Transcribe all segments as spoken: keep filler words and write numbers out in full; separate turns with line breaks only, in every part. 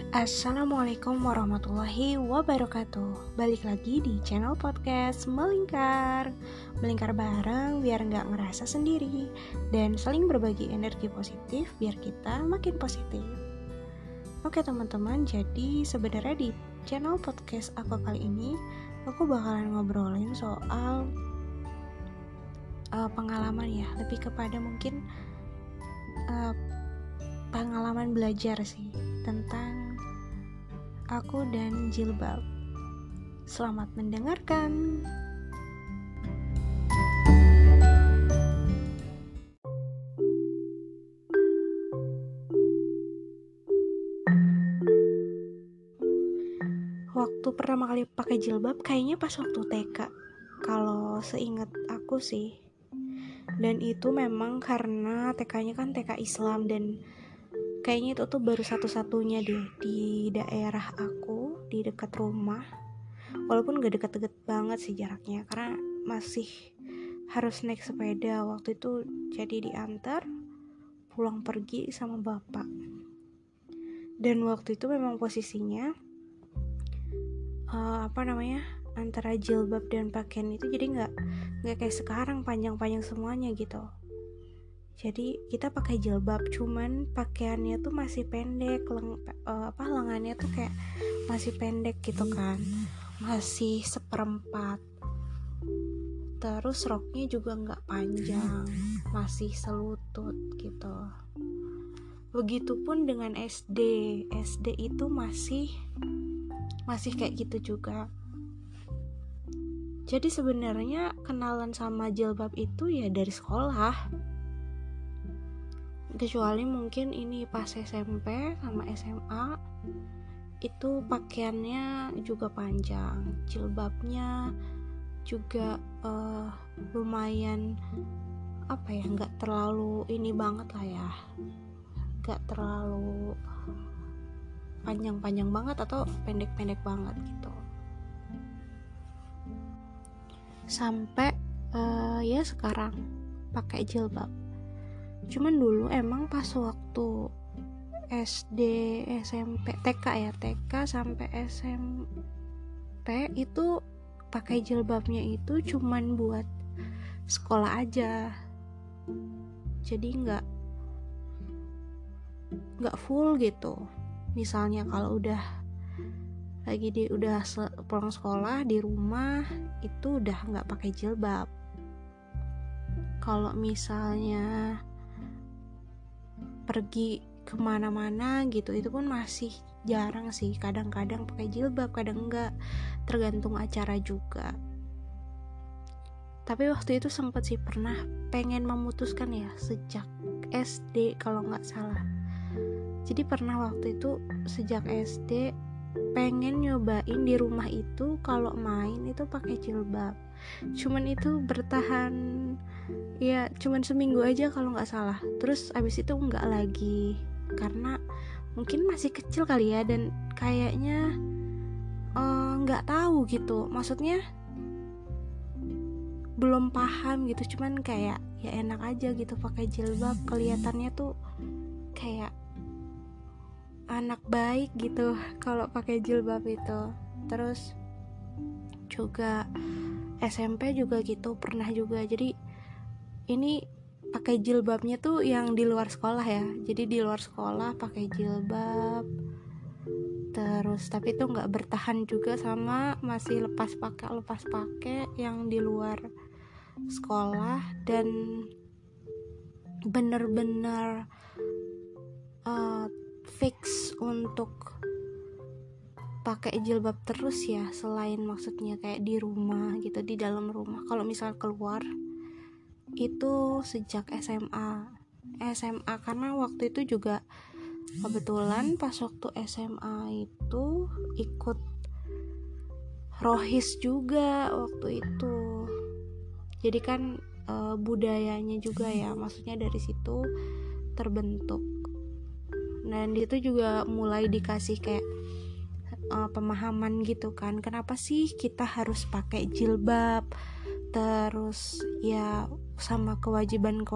Assalamualaikum warahmatullahi wabarakatuh. Balik lagi di channel podcast Melingkar Melingkar bareng biar gak ngerasa sendiri dan saling berbagi energi positif biar kita makin positif. Oke teman-teman, jadi sebenarnya di channel podcast aku kali ini aku bakalan ngobrolin soal uh, pengalaman ya, lebih kepada mungkin uh, pengalaman belajar sih tentang aku dan jilbab. Selamat mendengarkan. Waktu pertama kali pakai jilbab kayaknya pas waktu T K, kalau seingat aku sih. Dan itu memang karena T K-nya kan T K Islam, dan kayaknya itu tuh baru satu-satunya deh di daerah aku, di dekat rumah. Walaupun gak deket-deket banget sih jaraknya, karena masih harus naik sepeda waktu itu. Jadi diantar pulang pergi sama bapak. Dan waktu itu memang posisinya uh, apa namanya antara jilbab dan pakaian itu jadi nggak nggak kayak sekarang panjang-panjang semuanya gitu. Jadi kita pakai jilbab, cuman pakaiannya tuh masih pendek, leng, uh, apa lengannya tuh kayak masih pendek gitu kan, masih seperempat. Terus roknya juga nggak panjang, masih selutut gitu. Begitupun dengan S D, S D itu masih masih kayak gitu juga. Jadi sebenarnya kenalan sama jilbab itu ya dari sekolah. Kecuali mungkin ini pas S M P sama S M A itu pakaiannya juga panjang, jilbabnya juga uh, lumayan apa ya, nggak terlalu ini banget lah ya, nggak terlalu panjang-panjang banget atau pendek-pendek banget gitu. Sampai uh, ya sekarang pakai jilbab. Cuman dulu emang pas waktu S D, S M P, T K ya, T K sampai S M P itu pakai jilbabnya itu cuman buat sekolah aja. Jadi nggak nggak full gitu. Misalnya kalau udah lagi di udah se- pulang sekolah di rumah itu udah nggak pakai jilbab. Kalau misalnya pergi kemana-mana gitu itu pun masih jarang sih, kadang-kadang pakai jilbab, kadang enggak, tergantung acara juga. Tapi waktu itu sempat sih pernah pengen memutuskan ya sejak S D kalau nggak salah. Jadi pernah waktu itu sejak S D pengen nyobain di rumah itu kalau main itu pakai jilbab. Cuman itu bertahan ya cuman seminggu aja kalau nggak salah. Terus abis itu nggak lagi karena mungkin masih kecil kali ya, dan kayaknya nggak uh, tahu gitu. Maksudnya belum paham gitu. Cuman kayak ya enak aja gitu pakai jilbab, kelihatannya tuh kayak anak baik gitu kalau pakai jilbab itu. Terus juga S M P juga gitu pernah juga. Jadi ini pakai jilbabnya tuh yang di luar sekolah ya. Jadi di luar sekolah pakai jilbab. Terus tapi itu nggak bertahan juga, sama masih lepas pakai lepas pakai yang di luar sekolah. Dan bener-bener uh, fix untuk pakai jilbab terus ya, selain maksudnya kayak di rumah gitu, di dalam rumah. Kalau misal keluar itu sejak S M A S M A karena waktu itu juga kebetulan pas waktu S M A itu ikut rohis juga waktu itu. Jadi kan e, budayanya juga ya, maksudnya dari situ terbentuk. Dan di situ juga mulai dikasih kayak uh, pemahaman gitu kan, kenapa sih kita harus pakai jilbab, terus ya sama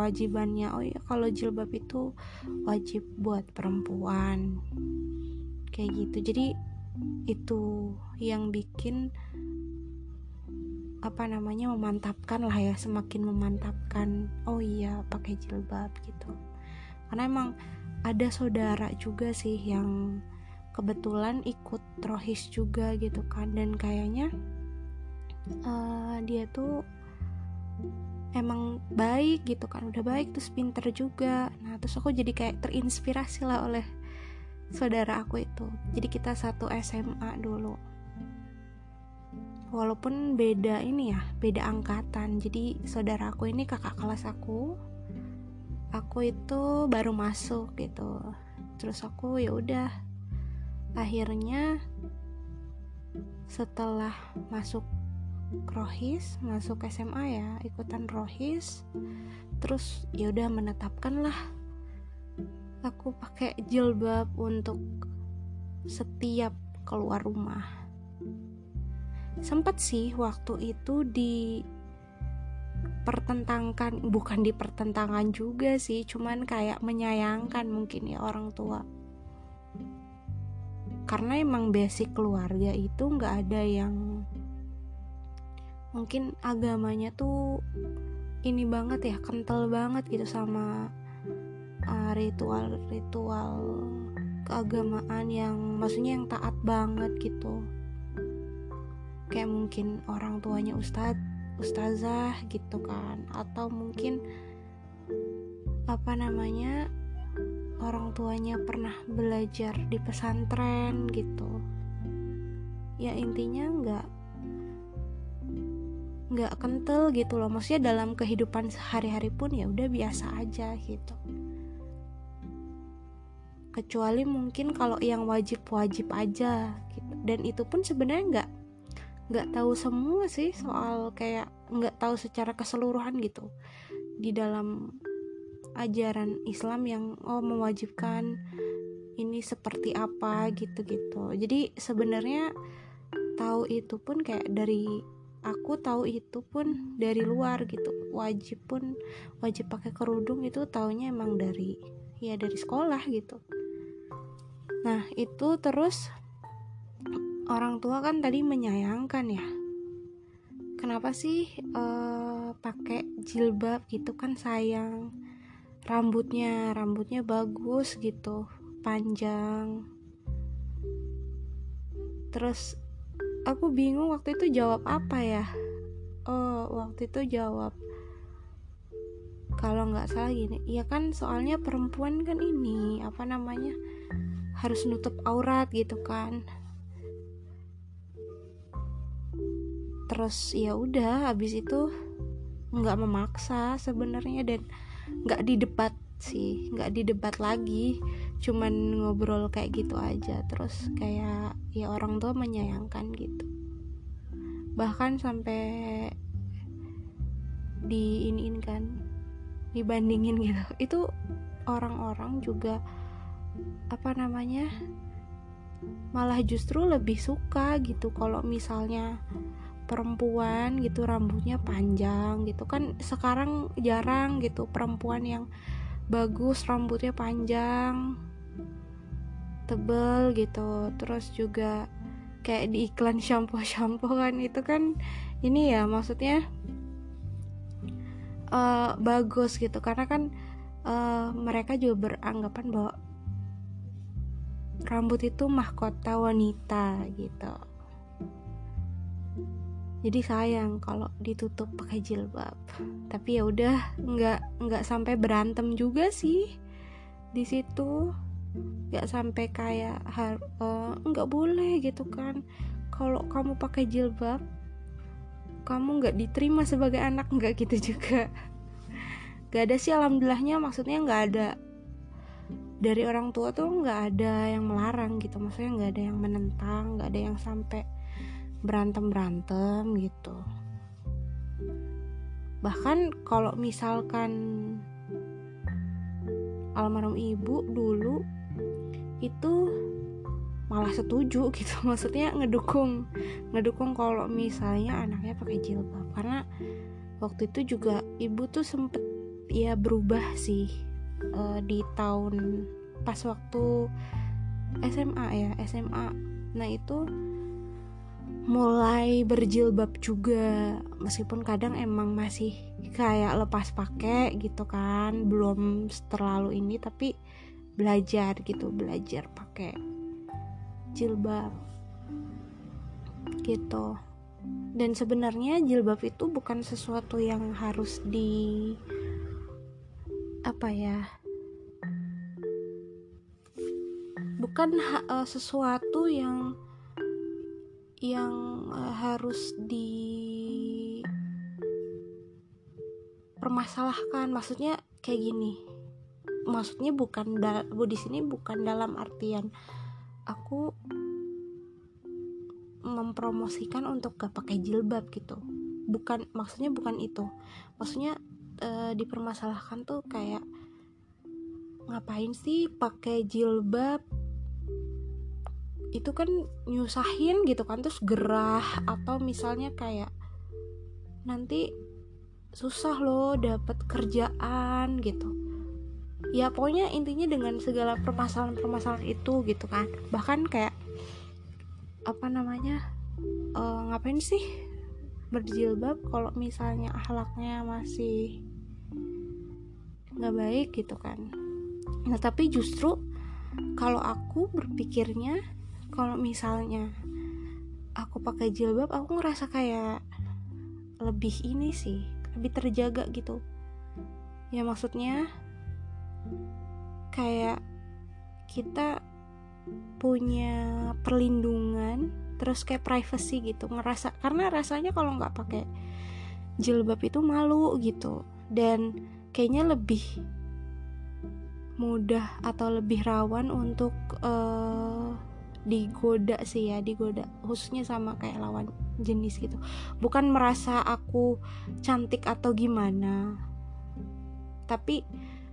kewajiban-kewajibannya. Oh ya, kalau jilbab itu wajib buat perempuan, kayak gitu. Jadi itu yang bikin apa namanya memantapkan lah ya, semakin memantapkan oh iya pakai jilbab gitu. Karena emang ada saudara juga sih yang kebetulan ikut rohis juga gitu kan, dan kayaknya uh, dia tuh emang baik gitu kan, udah baik terus pinter juga. Nah terus aku jadi kayak terinspirasi lah oleh saudara aku itu. Jadi kita satu S M A dulu, walaupun beda ini ya, beda angkatan. Jadi saudara aku ini kakak kelas aku. Aku itu baru masuk gitu. Terus aku ya udah, akhirnya setelah masuk rohis, masuk S M A ya, ikutan rohis. Terus ya udah menetapkan lah aku pakai jilbab untuk setiap keluar rumah. Sempet sih waktu itu dipertentangkan, bukan dipertentangkan juga sih, cuman kayak menyayangkan mungkin ya orang tua. Karena emang basic keluarga itu gak ada yang mungkin agamanya tuh ini banget ya, kental banget gitu sama uh, ritual-ritual keagamaan yang maksudnya yang taat banget gitu. Kayak mungkin orang tuanya ustadz, ustazah gitu kan, atau mungkin apa namanya orang tuanya pernah belajar di pesantren gitu. Ya intinya nggak nggak kental gitu loh. Maksudnya dalam kehidupan sehari-hari pun ya udah biasa aja gitu. Kecuali mungkin kalau yang wajib-wajib aja gitu. Dan itu pun sebenarnya nggak nggak tahu semua sih, soal kayak nggak tahu secara keseluruhan gitu di dalam ajaran Islam yang oh mewajibkan ini seperti apa gitu-gitu. Jadi sebenarnya tahu itu pun kayak dari aku tahu itu pun dari luar gitu. Wajib pun wajib pakai kerudung itu taunya emang dari ya dari sekolah gitu. Nah itu terus orang tua kan tadi menyayangkan ya, kenapa sih uh, pakai jilbab gitu kan sayang, rambutnya rambutnya bagus gitu, panjang. Terus aku bingung waktu itu jawab apa ya. Oh waktu itu jawab kalau nggak salah gini, ya kan soalnya perempuan kan ini apa namanya harus nutup aurat gitu kan. Terus ya udah, habis itu nggak memaksa sebenarnya dan nggak didebat sih, nggak didebat lagi, cuman ngobrol kayak gitu aja. Terus kayak ya orang tua menyayangkan gitu, bahkan sampai diiniin kan, dibandingin gitu. Itu orang-orang juga apa namanya malah justru lebih suka gitu kalau misalnya perempuan gitu rambutnya panjang gitu kan. Sekarang jarang gitu perempuan yang bagus rambutnya panjang tebel gitu. Terus juga kayak di iklan shampoo-shampoo kan, itu kan ini ya maksudnya uh, bagus gitu karena kan uh, mereka juga beranggapan bahwa rambut itu mahkota wanita gitu. Jadi sayang kalau ditutup pakai jilbab. Tapi ya udah, nggak nggak sampai berantem juga sih di situ. Nggak sampai kayak har, uh, nggak boleh gitu kan. Kalau kamu pakai jilbab, kamu nggak diterima sebagai anak, nggak gitu juga. Nggak ada sih alhamdulillahnya, maksudnya nggak ada dari orang tua tuh nggak ada yang melarang gitu. Maksudnya nggak ada yang menentang, nggak ada yang sampai berantem-berantem gitu. Bahkan kalau misalkan almarhum ibu dulu itu malah setuju gitu, maksudnya ngedukung ngedukung kalau misalnya anaknya pakai jilbab. Karena waktu itu juga ibu tuh sempet ya berubah sih uh, di tahun pas waktu S M A ya, S M A. Nah itu mulai berjilbab juga, meskipun kadang emang masih kayak lepas pakai gitu kan, belum terlalu ini, tapi belajar gitu, belajar pakai jilbab gitu. Dan sebenarnya jilbab itu bukan sesuatu yang harus di apa ya, bukan ha- uh, sesuatu yang yang uh, harus dipermasalahkan. Maksudnya kayak gini, maksudnya bukan da- di sini bukan dalam artian aku mempromosikan untuk gak pakai jilbab gitu, bukan, maksudnya bukan itu. Maksudnya e, dipermasalahkan tuh kayak ngapain sih pakai jilbab, itu kan nyusahin gitu kan, terus gerah, atau misalnya kayak nanti susah loh dapet kerjaan gitu ya, pokoknya intinya dengan segala permasalahan-permasalahan itu gitu kan. Bahkan kayak apa namanya, uh, ngapain sih berjilbab kalau misalnya akhlaknya masih nggak baik gitu kan. Nah tapi justru kalau aku berpikirnya, kalau misalnya aku pakai jilbab, aku ngerasa kayak lebih ini sih, lebih terjaga gitu ya. Maksudnya kayak kita punya perlindungan, terus kayak privacy gitu, ngerasa, karena rasanya kalau nggak pakai jilbab itu malu gitu, dan kayaknya lebih mudah atau lebih rawan untuk uh, digoda sih ya, digoda khususnya sama kayak lawan jenis gitu. Bukan merasa aku cantik atau gimana, tapi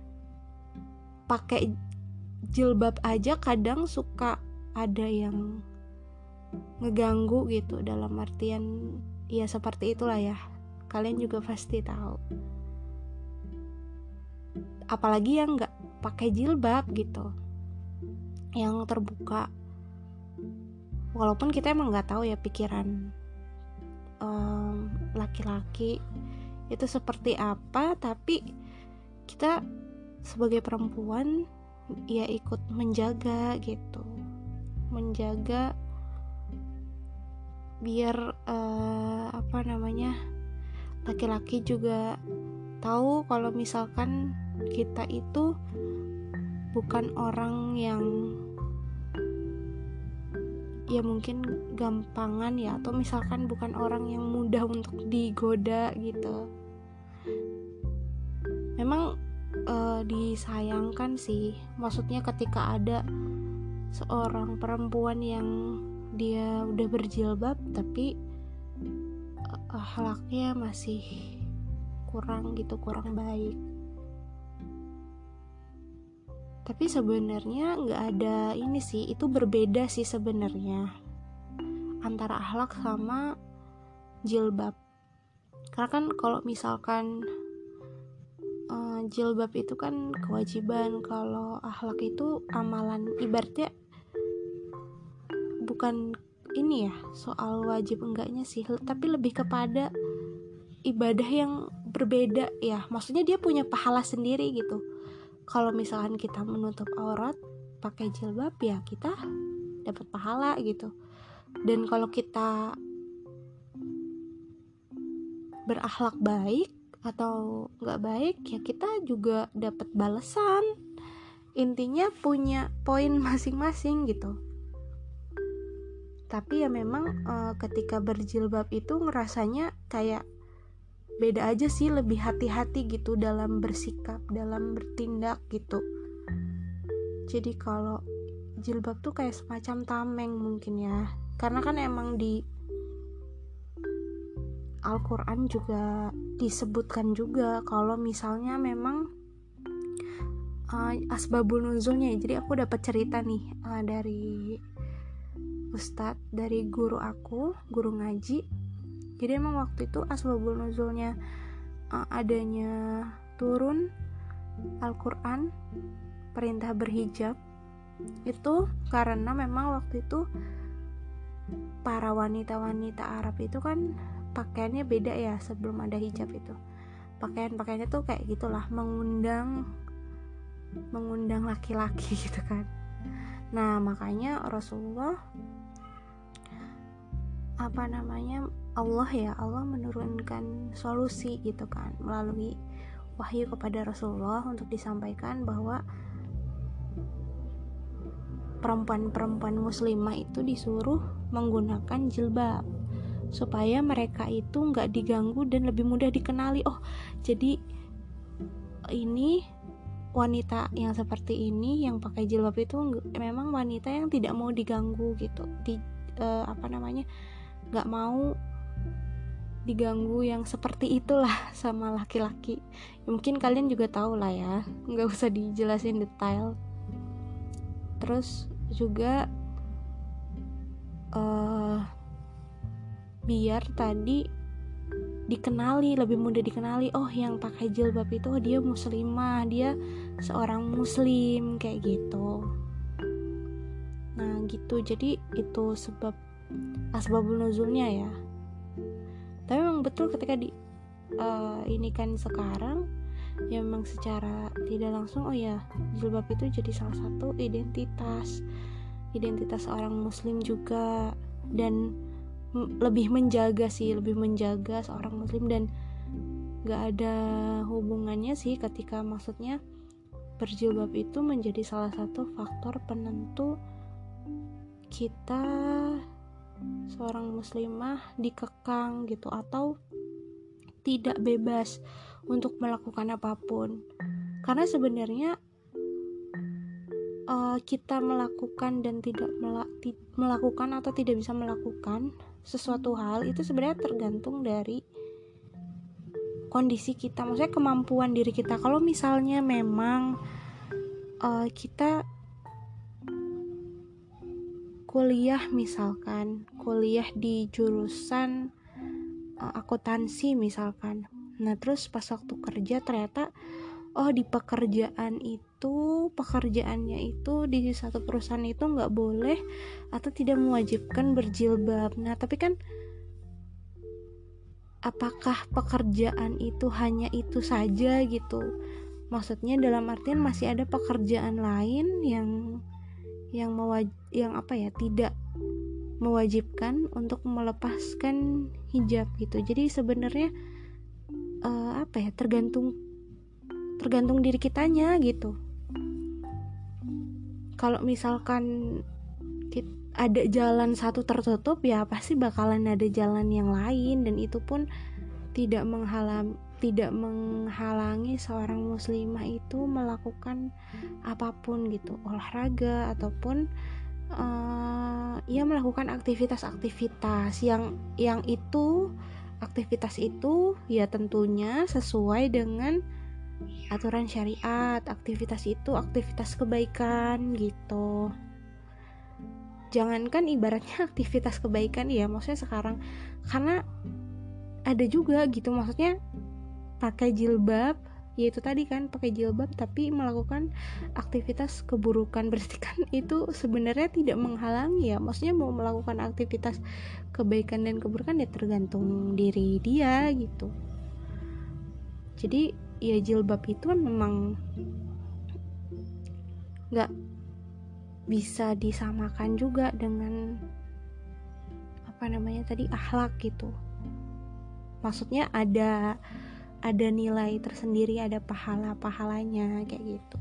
pakai jilbab aja kadang suka ada yang ngeganggu gitu, dalam artian ya seperti itulah ya, kalian juga pasti tahu. Apalagi yang nggak pakai jilbab gitu, yang terbuka, walaupun kita emang nggak tahu ya pikiran um, laki-laki itu seperti apa, tapi kita sebagai perempuan ya ikut menjaga gitu, menjaga biar uh, apa namanya, laki-laki juga tahu kalau misalkan kita itu bukan orang yang ya mungkin gampangan ya, atau misalkan bukan orang yang mudah untuk digoda gitu. Memang uh, disayangkan sih, maksudnya ketika ada seorang perempuan yang dia udah berjilbab tapi uh, akhlaknya masih kurang gitu, kurang baik. Tapi sebenarnya nggak ada ini sih, itu berbeda sih sebenarnya antara akhlak sama jilbab. Karena kan kalau misalkan uh, jilbab itu kan kewajiban, kalau akhlak itu amalan. Ibaratnya bukan ini ya soal wajib enggaknya sih, tapi lebih kepada ibadah yang berbeda ya. Maksudnya dia punya pahala sendiri gitu. Kalau misalkan kita menutup aurat pakai jilbab ya kita dapat pahala gitu. Dan kalau kita berakhlak baik atau nggak baik ya kita juga dapat balasan. Intinya punya poin masing-masing gitu. Tapi ya memang e, ketika berjilbab itu ngerasanya kayak beda aja sih, lebih hati-hati gitu dalam bersikap, dalam bertindak gitu. Jadi kalau jilbab tuh kayak semacam tameng mungkin ya, karena kan emang di Al-Quran juga disebutkan juga kalau misalnya memang uh, asbabul nuzulnya. Jadi aku dapat cerita nih uh, dari Ustadz, dari guru aku, guru ngaji. Jadi emang waktu itu asbabul nuzulnya uh, adanya turun Al-Quran perintah berhijab Itu karena memang waktu itu para wanita-wanita Arab itu kan pakaiannya beda ya sebelum ada hijab itu. Pakaian-pakaiannya tuh kayak gitulah, mengundang mengundang laki-laki gitu kan. Nah, makanya Rasulullah apa namanya Allah ya Allah menurunkan solusi gitu kan melalui wahyu kepada Rasulullah untuk disampaikan bahwa perempuan-perempuan muslimah itu disuruh menggunakan jilbab supaya mereka itu nggak diganggu dan lebih mudah dikenali. Oh, jadi ini wanita yang seperti ini yang pakai jilbab itu memang wanita yang tidak mau diganggu gitu, di uh, apa namanya nggak mau diganggu yang seperti itulah sama laki-laki. Ya, mungkin kalian juga tahu lah ya, nggak usah dijelasin detail. Terus juga uh, biar tadi dikenali, lebih mudah dikenali, oh yang pakai jilbab itu oh, dia muslimah, dia seorang muslim kayak gitu. Nah gitu, jadi itu sebab asbabun nuzulnya ya. Tapi memang betul ketika di uh, ini kan sekarang ya memang secara tidak langsung oh ya jilbab itu jadi salah satu identitas identitas seorang muslim juga, dan m- lebih menjaga sih lebih menjaga seorang muslim, dan gak ada hubungannya sih ketika maksudnya berjilbab itu menjadi salah satu faktor penentu kita seorang muslimah dikekang gitu atau tidak bebas untuk melakukan apapun. Karena sebenarnya uh, kita melakukan dan tidak mela- ti- melakukan atau tidak bisa melakukan sesuatu hal itu sebenarnya tergantung dari kondisi kita, maksudnya kemampuan diri kita. Kalau misalnya memang uh, kita kuliah misalkan kuliah di jurusan uh, akuntansi misalkan, nah terus pas waktu kerja ternyata oh di pekerjaan itu pekerjaannya itu di satu perusahaan itu nggak boleh atau tidak mewajibkan berjilbab. Nah tapi kan apakah pekerjaan itu hanya itu saja gitu, maksudnya dalam artian masih ada pekerjaan lain yang yang mewaj- yang apa ya tidak mewajibkan untuk melepaskan hijab gitu. Jadi sebenarnya uh, apa ya tergantung tergantung diri kitanya gitu. Kalau misalkan kita, ada jalan satu tertutup ya pasti bakalan ada jalan yang lain, dan itu pun tidak menghalang tidak menghalangi seorang muslimah itu melakukan apapun gitu, olahraga ataupun uh, ya melakukan aktivitas-aktivitas yang yang itu aktivitas itu ya tentunya sesuai dengan aturan syariat. Aktivitas itu aktivitas kebaikan gitu. Jangankan ibaratnya aktivitas kebaikan ya, maksudnya sekarang karena ada juga gitu, maksudnya pakai jilbab yaitu tadi kan pakai jilbab tapi melakukan aktivitas keburukan, berarti kan itu sebenarnya tidak menghalangi ya, maksudnya mau melakukan aktivitas kebaikan dan keburukan ya tergantung diri dia gitu. Jadi ya jilbab itu kan memang gak bisa disamakan juga dengan apa namanya tadi akhlak gitu, maksudnya ada ada nilai tersendiri, ada pahala-pahalanya kayak gitu.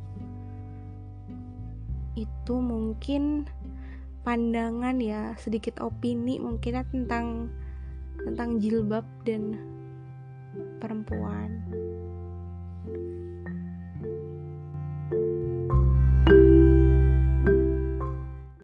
Itu mungkin pandangan ya, sedikit opini mungkinnya tentang tentang jilbab dan perempuan.